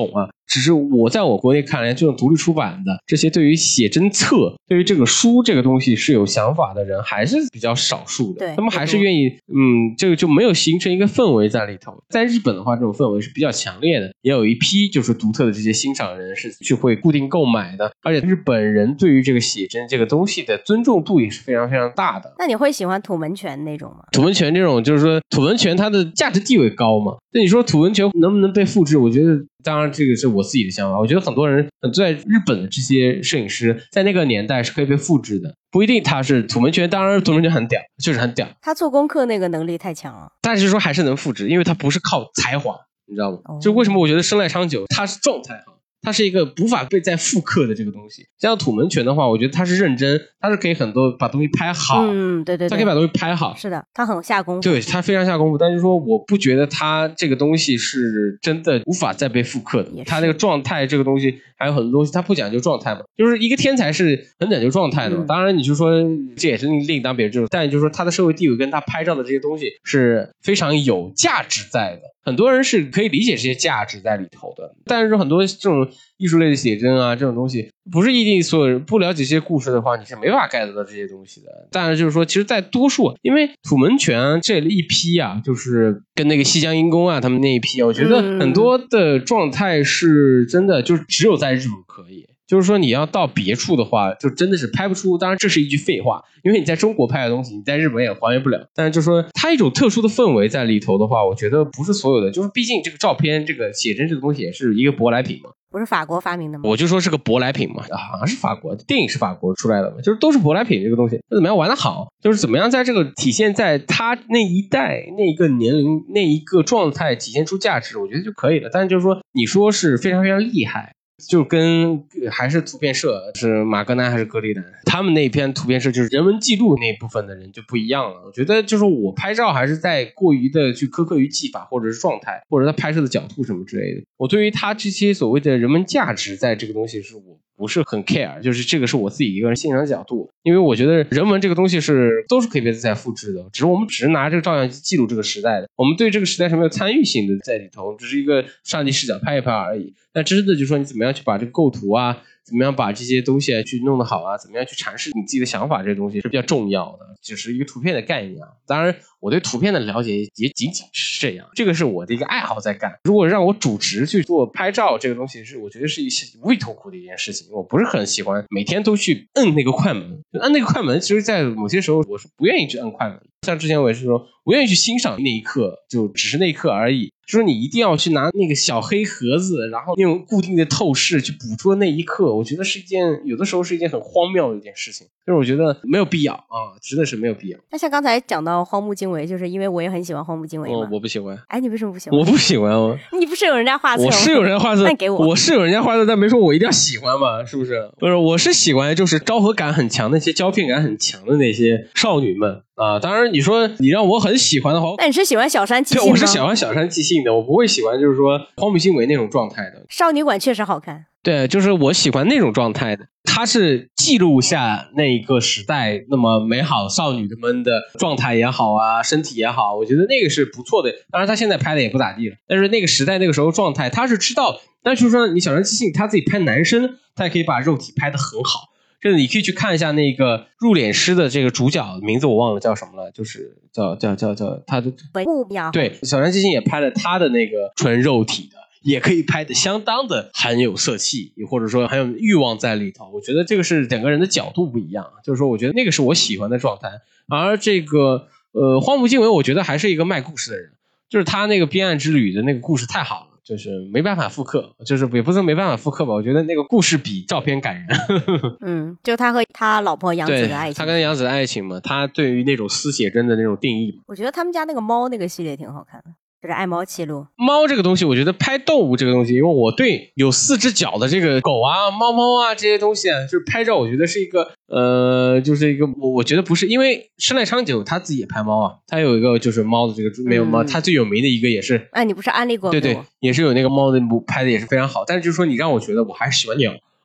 只是在我国内看来，这种独立出版的这些对于写真册、对于这个书这个东西是有想法的人还是比较少数的。 对， 他们还是愿意这个就没有形成一个氛围在里头。在日本的话，这种氛围是比较强烈的，也有一批就是独特的这些欣赏人是去会固定购买的，而且日本人对于这个写真这个东西的尊重度也是非常非常大的。 那你会喜欢土门泉那种吗？ 土门泉这种就是说土门泉它的价值地位高嘛，那你说土门泉能不能被复制，我觉得当然这个是我自己的想法，我觉得很多人在日本的这些摄影师在那个年代是可以被复制的，不一定他是土门泉，当然土门泉很屌，就是很屌， 他做功课那个能力太强了， 但是说还是能复制，因为他不是靠才华，你知道吗？就为什么我觉得生濑昌久他是状态好，它是一个无法被再复刻的这个东西。像土门泉的话，我觉得他是认真，他是可以很多把东西拍好， 对， 他可以把东西拍好， 是的，他很下功夫， 对，他非常下功夫。但是说我不觉得他这个东西是真的无法再被复刻的，他那个状态这个东西还有很多东西他不讲究状态嘛，就是一个天才是很讲究状态的嘛。当然你就说这也是另当别论，但就是说他的社会地位跟他拍照的这些东西是非常有价值在的，很多人是可以理解这些价值在里头的。但是很多这种艺术类的写真啊，这种东西不是一定所有人不了解这些故事的话，你是没法 get 到这些东西的。但是就是说，其实在多数，因为土门泉这一批啊，就是跟那个西江英公啊他们那一批啊，我觉得很多的状态是真的就是只有在日本可以。就是说你要到别处的话就真的是拍不出，当然这是一句废话，因为你在中国拍的东西你在日本也还原不了，但是就是说它一种特殊的氛围在里头的话，我觉得不是所有的，就是毕竟这个照片这个写真这个东西也是一个舶来品嘛， 不是法国发明的吗？我就说是个舶来品嘛，好像是法国电影是法国出来的嘛，就是都是舶来品这个东西，怎么样玩得好，就是怎么样在这个体现在他那一代那一个年龄那一个状态体现出价值，我觉得就可以了。但是就是说你说是非常非常厉害，就跟还是图片社是马格南还是格里南，他们那一篇图片社就是人文记录那部分的人就不一样了。我觉得就是我拍照还是在过于的去苛刻于技法或者是状态或者他拍摄的角度什么之类的，我对于他这些所谓的人文价值在这个东西是我不是很 care， 就是这个是我自己一个人欣赏的角度，因为我觉得人文这个东西都是可以被再复制的，我们只是拿这个照相机记录这个时代的，我们对这个时代是没有参与性的在里头，只是一个上帝视角拍一拍而已。那真的就是说你怎么样去把这个构图啊，怎么样把这些东西去弄得好啊，怎么样去阐释你自己的想法，这些东西是比较重要的，就是一个图片的概念啊。当然我对图片的了解也仅仅是这样，这个是我的一个爱好在干。如果让我主持去做拍照这个东西，我觉得是无比痛苦的一件事情，我不是很喜欢每天都去摁那个快门，按那个快门其实在某些时候我是不愿意去摁快门，像之前我也是说我愿意去欣赏那一刻，就只是那一刻而已，就是你一定要去拿那个小黑盒子，然后用固定的透视去捕捉那一刻，我觉得是有的时候是一件很荒谬的一件事情，就是我觉得没有必要啊，真的是没有必要。 那像刚才讲到荒木经惟，就是因为我也很喜欢荒木经惟嘛。 我不喜欢。 哎，你为什么不喜欢？ 我不喜欢哦。 你不是有人家画册吗？ 我是有人家画册， 那给我是有人家画册，但没说我一定要喜欢嘛，是不是？不是，我是喜欢就是昭和感很强的那些胶片感很强的那些少女们啊。当然你说你让我很喜欢的话， 那你是喜欢小山即兴吗？ 对，我是喜欢小山即兴的，我不会喜欢就是说荒木经惟那种状态的。 少女馆确实好看。 对，就是我喜欢那种状态的，它是记录下那一个时代那么美好少女们的状态也好啊，身体也好，我觉得那个是不错的。当然他现在拍的也不咋地了，但是那个时代那个时候状态他是知道。但是说你小山即兴他自己拍男生，他也可以把肉体拍得很好，就是你可以去看一下那个入殓师的这个主角，名字我忘了叫什么了，就是叫他的对，小山即兴也拍了他的那个纯肉体的，也可以拍的相当的很有色气，或者说很有欲望在里头。我觉得这个是两个人的角度不一样，就是说我觉得那个是我喜欢的状态。而这个荒木经惟我觉得还是一个卖故事的人，就是他那个边岸之旅的那个故事太好了，就是没办法复刻，就是也不是没办法复刻吧，我觉得那个故事比照片感人。 就他和他老婆杨子的爱情， 他跟杨子的爱情嘛，他对于那种私写真的那种定义， 我觉得他们家那个猫那个系列挺好看的，就是爱猫记录。 猫这个东西我觉得拍动物这个东西，因为我对有4只脚的这个狗啊猫猫啊这些东西啊，就是拍照我觉得是一个就是一个我觉得不是，因为生濑昌久他自己也拍猫啊，他有一个就是猫的这个没有猫，他最有名的一个也是你不是安利过？ 对，也是有那个猫的拍的也是非常好，但是就是说你让我觉得我还是喜欢鸟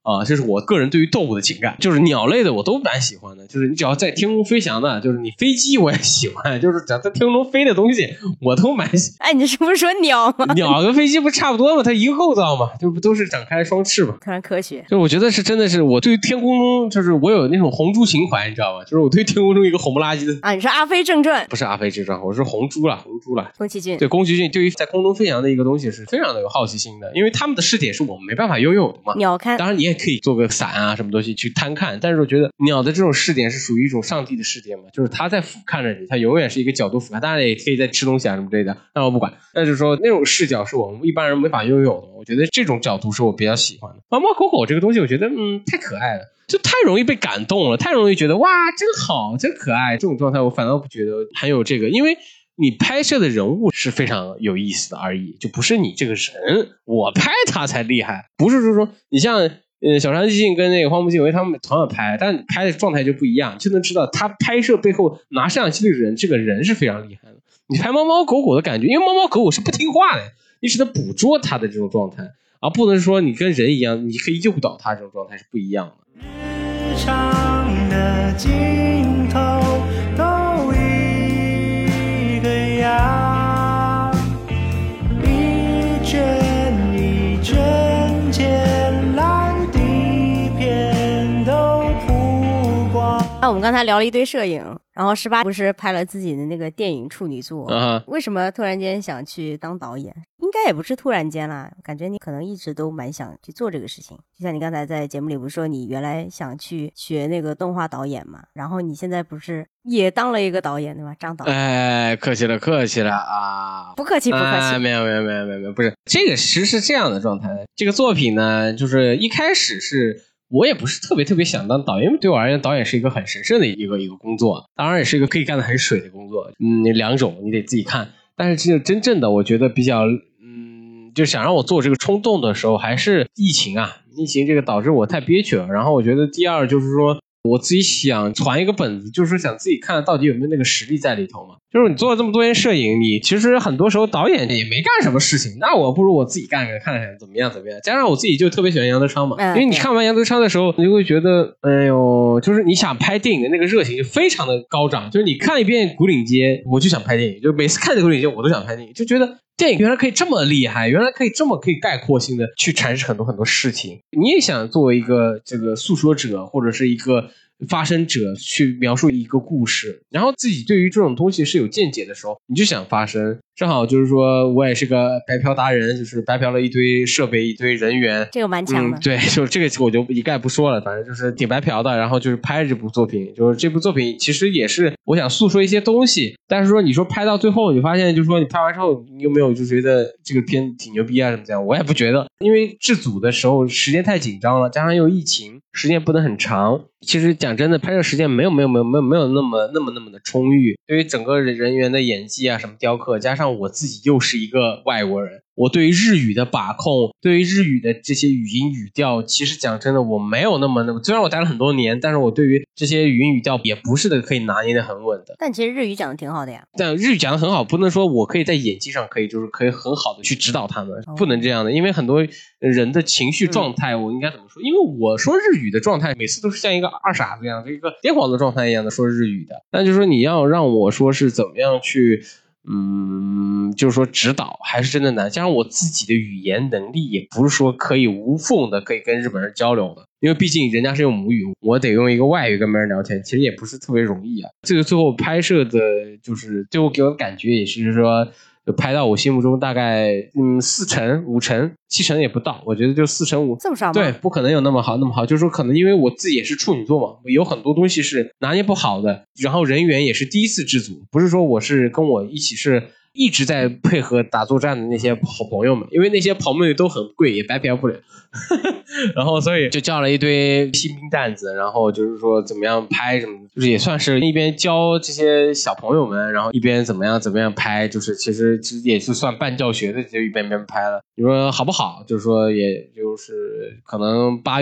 啊，这是我个人对于动物的情感，就是鸟类的我都蛮喜欢的，就是你只要在天空飞翔的，就是你飞机我也喜欢，就是只要在天空中飞的东西我都蛮喜欢。 哎，你是不是说鸟吗？ 鸟跟飞机不差不多吗？它一个构造嘛，就不都是展开双翅嘛。 突然科学， 就我觉得是真的是我对于天空中，就是我有那种红猪情怀，你知道吗？就是我对天空中一个红不拉几的啊，你说《阿飞正传》？ 不是阿飞正传，我是红猪了。 宫崎骏。 对，宫崎骏对于在空中飞翔的一个东西是非常的有好奇心的，因为他们的视点是我们没办法拥有的嘛。 鸟瞰， 当然你也可以做个伞啊什么东西去探看，但是我觉得鸟的这种视点是属于一种上帝的视点嘛，就是他在俯瞰着你，他永远是一个角度俯瞰，当然也可以在吃东西啊什么之类的，但我不管。但是说那种视角是我们一般人没法拥有的，我觉得这种角度是我比较喜欢的。猫猫狗狗这个东西，我觉得太可爱了。就太容易被感动了，太容易觉得哇真好真可爱，这种状态我反倒不觉得很有这个，因为你拍摄的人物是非常有意思的而已，就不是你这个人我拍他才厉害，不是说你像小山静跟那个荒木经惟他们同样拍，但你拍的状态就不一样，就能知道他拍摄背后拿摄像机的人，这个人是非常厉害的。你拍猫猫狗狗的感觉，因为猫猫狗狗是不听话的，你只能捕捉他的这种状态，而不能说你跟人一样你可以诱导他，这种状态是不一样的。 日常的尽头都一个样，一卷一卷浅蓝底片都曝光。 那我们刚才聊了一堆摄影，然后18不是拍了自己的那个电影处女作，为什么突然间想去当导演？应该也不是突然间啦，感觉你可能一直都蛮想去做这个事情。就像你刚才在节目里不是说你原来想去学那个动画导演嘛，然后你现在不是也当了一个导演对吧？张导。 哎，客气了啊！ 不客气。 没有，不是这个其实是这样的状态。这个作品呢，就是一开始是我也不是特别想当导演，因为对我而言，导演是一个很神圣的一个工作，当然也是一个可以干得很水的工作。两种你得自己看，但是这个真正的我觉得比较就想让我做这个冲动的时候，还是疫情这个导致我太憋屈了。然后我觉得第二就是说我自己想传一个本子，就是说想自己看到底有没有那个实力在里头嘛。就是你做了这么多年摄影，你其实很多时候导演也没干什么事情，那我不如我自己干看看怎么样。加上我自己就特别喜欢杨德昌嘛，因为你看完杨德昌的时候，你就会觉得哎呦，就是你想拍电影的那个热情就非常的高涨。就是你看一遍古岭街，我就想拍电影，就每次看这个古岭街我都想拍电影，就觉得电影原来可以这么厉害，原来可以这么可以概括性的去阐释很多事情。你也想作为一个这个诉说者或者是一个发生者去描述一个故事，然后自己对于这种东西是有见解的时候，你就想发声。正好就是说我也是个白嫖达人，就是白嫖了一堆设备一堆人员， 这个蛮强的。 对，就这个我就一概不说了，反正就是挺白嫖的。然后就是拍这部作品，就是这部作品其实也是我想诉说一些东西，但是说你说拍到最后你发现就是说你拍完之后你有没有就觉得这个片挺牛逼啊什么这样，我也不觉得，因为制组的时候时间太紧张了，加上又疫情时间不能很长，其实讲真的拍摄时间没有那么的充裕，对于整个人员的演技啊什么雕刻，加上我自己又是一个外国人，我对于日语的把控，对于日语的这些语音语调，其实讲真的我没有那么虽然我待了很多年，但是我对于这些语音语调也不是的可以拿捏的很稳的。 但其实日语讲的挺好的呀。 但日语讲的很好，不能说我可以在演技上可以很好的去指导他们，不能这样的，因为很多人的情绪状态我应该怎么说，因为我说日语的状态每次都是像一个二傻子一样，一个癫狂的状态一样的说日语的，但就是说你要让我说是怎么样去就是说指导还是真的难，加上我自己的语言能力也不是说可以无缝的可以跟日本人交流的，因为毕竟人家是用母语，我得用一个外语跟别人聊天，其实也不是特别容易啊。这个最后拍摄的就是最后给我的感觉也是说就拍到我心目中大概4成5成7成也不到，我觉得就4成5， 这么少吗？ 对，不可能有那么好，就是说可能因为我自己也是处女座嘛，有很多东西是拿捏不好的，然后人员也是第一次制组，不是说我是跟我一起是一直在配合打作战的那些好朋友们，因为那些朋友都很贵，也白嫖不了然后所以就叫了一堆新兵蛋子，然后就是说怎么样拍什么，就是也算是一边教这些小朋友们，然后一边怎么样拍，就是其实也是算半教学的，就一边拍了。你说好不好，就是说也就是可能8月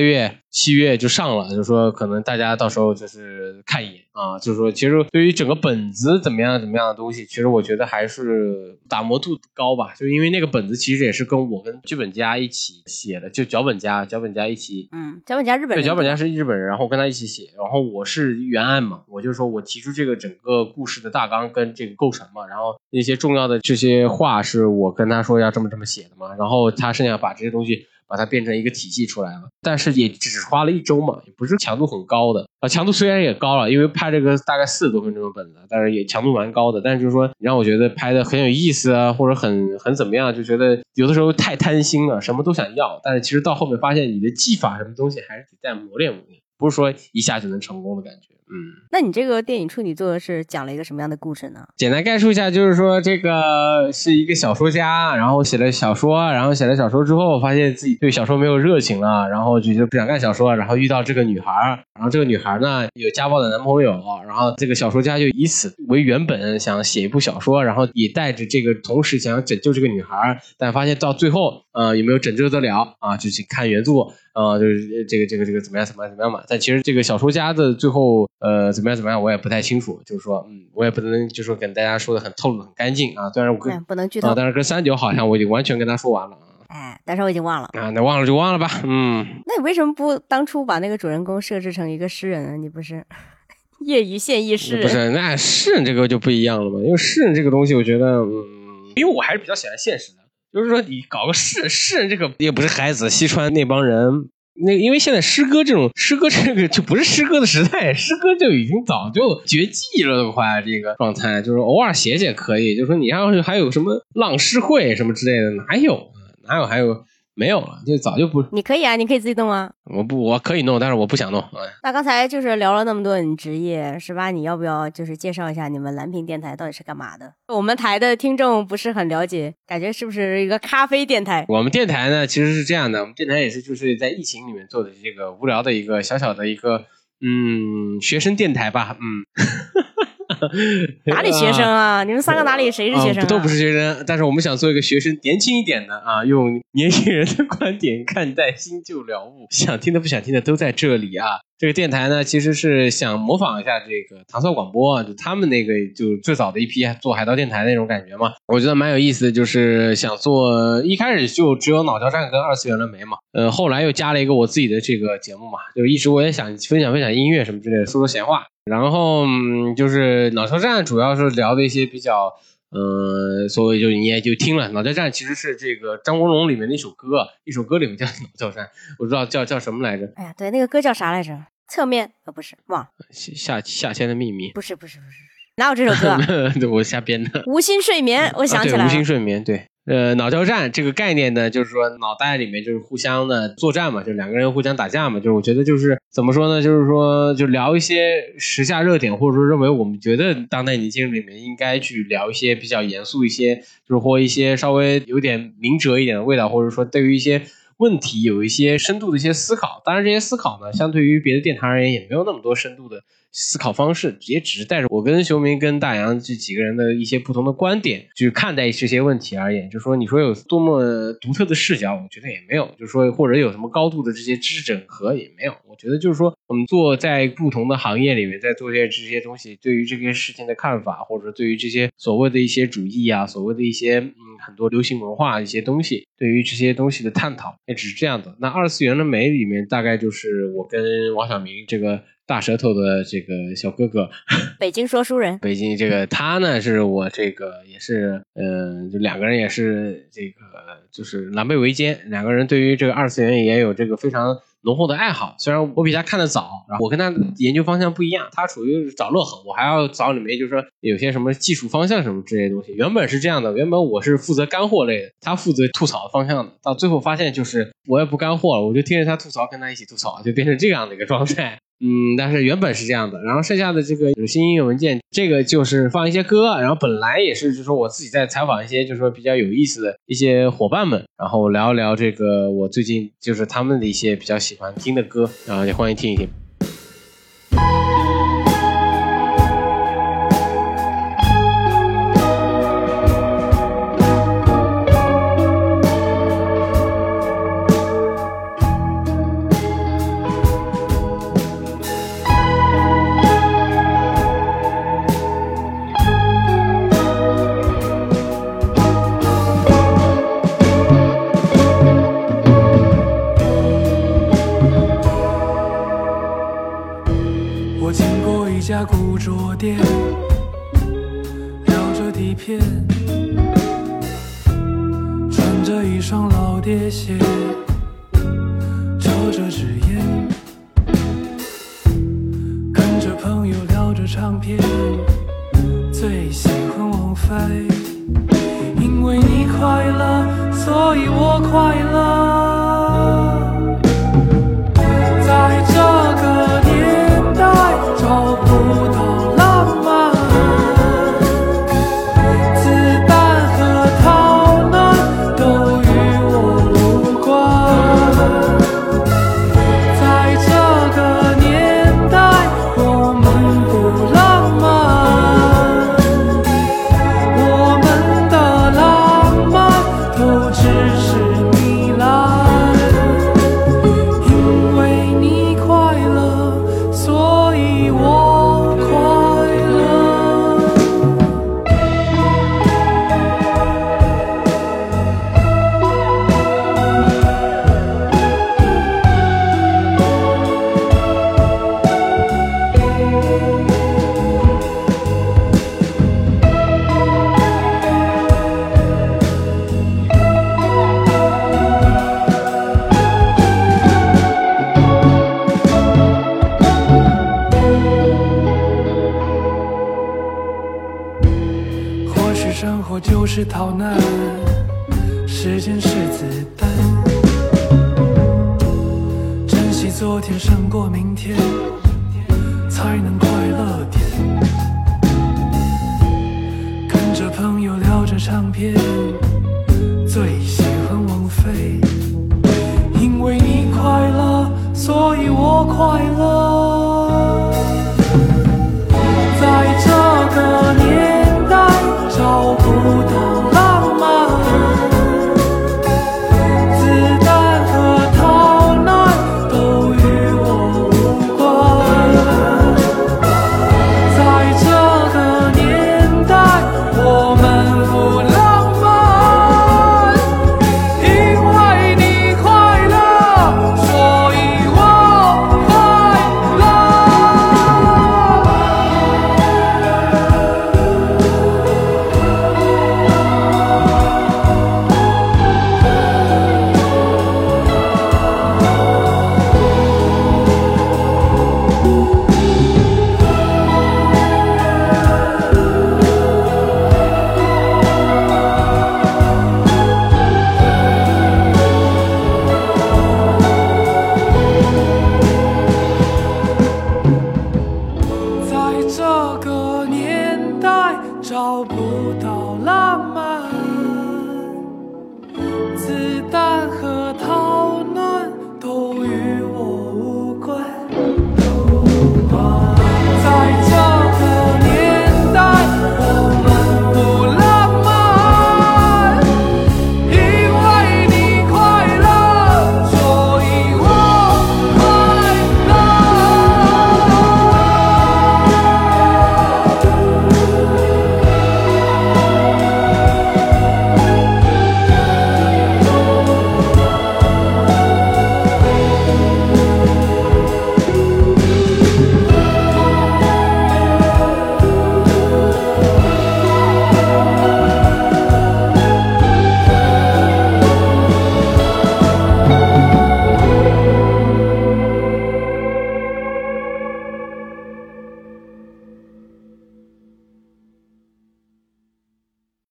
7月就上了，就是说可能大家到时候就是看一眼啊，就是说其实对于整个本子怎么样的东西，其实我觉得还是打磨度高吧，就因为那个本子其实也是跟我跟剧本家一起写的，就脚本家一起， 脚本家日本人， 对，脚本家是日本人，然后跟他一起写，然后我是原案嘛，我就说我提出这个整个故事的大纲跟这个构成嘛，然后那些重要的这些话是我跟他说要这么写的嘛，然后他剩下把这些东西把它变成一个体系出来了，但是也只花了1周嘛，也不是强度很高的啊，强度虽然也高了，因为拍这个大概40多分钟的本子，但是也强度蛮高的，但是就是说你让我觉得拍的很有意思啊，或者很怎么样，就觉得有的时候太贪心了，什么都想要，但是其实到后面发现你的技法什么东西还是得再磨练，不是说一下就能成功的感觉。 那你这个电影处女作是讲了一个什么样的故事呢？ 简单概述一下，就是说这个是一个小说家，然后写了小说，然后写了小说之后发现自己对小说没有热情了，然后就不想干小说，然后遇到这个女孩，然后这个女孩呢有家暴的男朋友，然后这个小说家就以此为原本想写一部小说，然后也带着这个同时想拯救这个女孩，但发现到最后有没有拯救得了啊，就去看原作就是这个怎么样嘛，但其实这个小说家的最后怎么样我也不太清楚，就是说我也不能就是说跟大家说的很透露很干净啊，虽然我不能剧透但是跟39好像我已经完全跟他说完了但是我已经忘了那忘了就忘了吧。 那你为什么不当初把那个主人公设置成一个诗人呢？你不是业余现役诗人？ 不是，那诗人这个就不一样了嘛，因为诗人这个东西我觉得因为我还是比较喜欢现实的，就是说你搞个诗人这个也不是孩子西川那帮人，因为现在诗歌这个就不是诗歌的时代，诗歌就已经早就绝迹了的话，这个状态就是偶尔写写可以，就是说你要是还有什么浪诗会什么之类的，哪有还有没有了，就早就不。 你可以啊，你可以自己弄啊。 我可以弄，但是我不想弄。 那刚才就是聊了那么多你职业，18你要不要就是介绍一下你们蓝屏电台到底是干嘛的？我们台的听众不是很了解，感觉是不是一个咖啡电台？ 我们电台呢其实是这样的，我们电台也是就是在疫情里面做的这个无聊的一个小小的一个学生电台吧。 哪里学生啊？你们3个哪里谁是学生都不是学生，但是我们想做一个学生年轻一点的用年轻人的观点看待新旧了悟，想听的不想听的都在这里啊。这个电台呢其实是想模仿一下这个唐宋广播，就他们那个就最早的一批做海盗电台那种感觉嘛，我觉得蛮有意思的，就是想做一开始就只有脑交战跟2次元了没嘛，后来又加了一个我自己的这个节目嘛，就一直我也想分享音乐什么之类的，说闲话，然后就是脑交战主要是聊的一些比较所以就你也就听了，脑交战其实是这个张国荣里面的一首歌里面叫脑交战，我不知道叫什么来着。 哎呀，对，那个歌叫啥来着？侧面不是，忘了。 夏天的秘密。 不是，哪有这首歌我瞎编的。 无心睡眠，我想起来了。 对，无心睡眠，对。脑交战这个概念呢，就是说脑袋里面就是互相的作战嘛，就2个人互相打架嘛，就是我觉得就是怎么说呢，就是说就聊一些时下热点，或者说认为我们觉得当代年轻人里面应该去聊一些比较严肃一些，就是或一些稍微有点明哲一点的味道，或者说对于一些问题有一些深度的一些思考。当然这些思考呢相对于别的电台而言也没有那么多深度的思考方式，也只是带着我跟熊明跟大洋这几个人的一些不同的观点去看待这些问题而言，就是说你说有多么独特的视角，我觉得也没有，就是说或者有什么高度的这些知识整合也没有。我觉得就是说我们做在不同的行业里面在做这些东西，对于这些事情的看法，或者对于这些所谓的一些主义啊，所谓的一些很多流行文化一些东西，对于这些东西的探讨也只是这样的。那2次元的美里面大概就是我跟王晓明这个大舌头的这个小哥哥， 北京说书人， 北京这个他呢是我这个也是就2个人也是这个就是狼狈为奸，2个人对于这个2次元也有这个非常浓厚的爱好，虽然我比他看得早，然后我跟他研究方向不一样，他属于找乐呵，我还要找里面就是说有些什么技术方向什么之类的东西。原本是这样的，原本我是负责干货类的，他负责吐槽方向的，到最后发现就是我也不干货了，我就听着他吐槽跟他一起吐槽，就变成这样的一个状态。但是原本是这样的，然后剩下的这个有新音乐文件，这个就是放一些歌，然后本来也是就是说我自己在采访一些就是说比较有意思的一些伙伴们，然后聊一聊这个我最近就是他们的一些比较喜欢听的歌，然后也欢迎听一听。 桌垫，绕着底片，穿着一双老爹鞋，抽着纸烟，跟着朋友聊着唱片，最喜欢王菲。因为你快乐，所以我快乐。在这个年代找不到浪漫，子弹和逃难都与我无关。在这个年代我们不浪漫，我们的浪漫都只是糜烂。因为你快乐，所以我快乐。或许生活就是逃难，时间是子弹，珍惜昨天胜过明天，才能快乐点。跟着朋友聊着唱片，最喜欢王菲。因为你快乐，所以我快乐。在这个年代找不到浪漫，子弹和逃难都与我无关。在这个年代我们不浪漫，因为你快乐，所以我快乐。在这个年代找不到浪漫。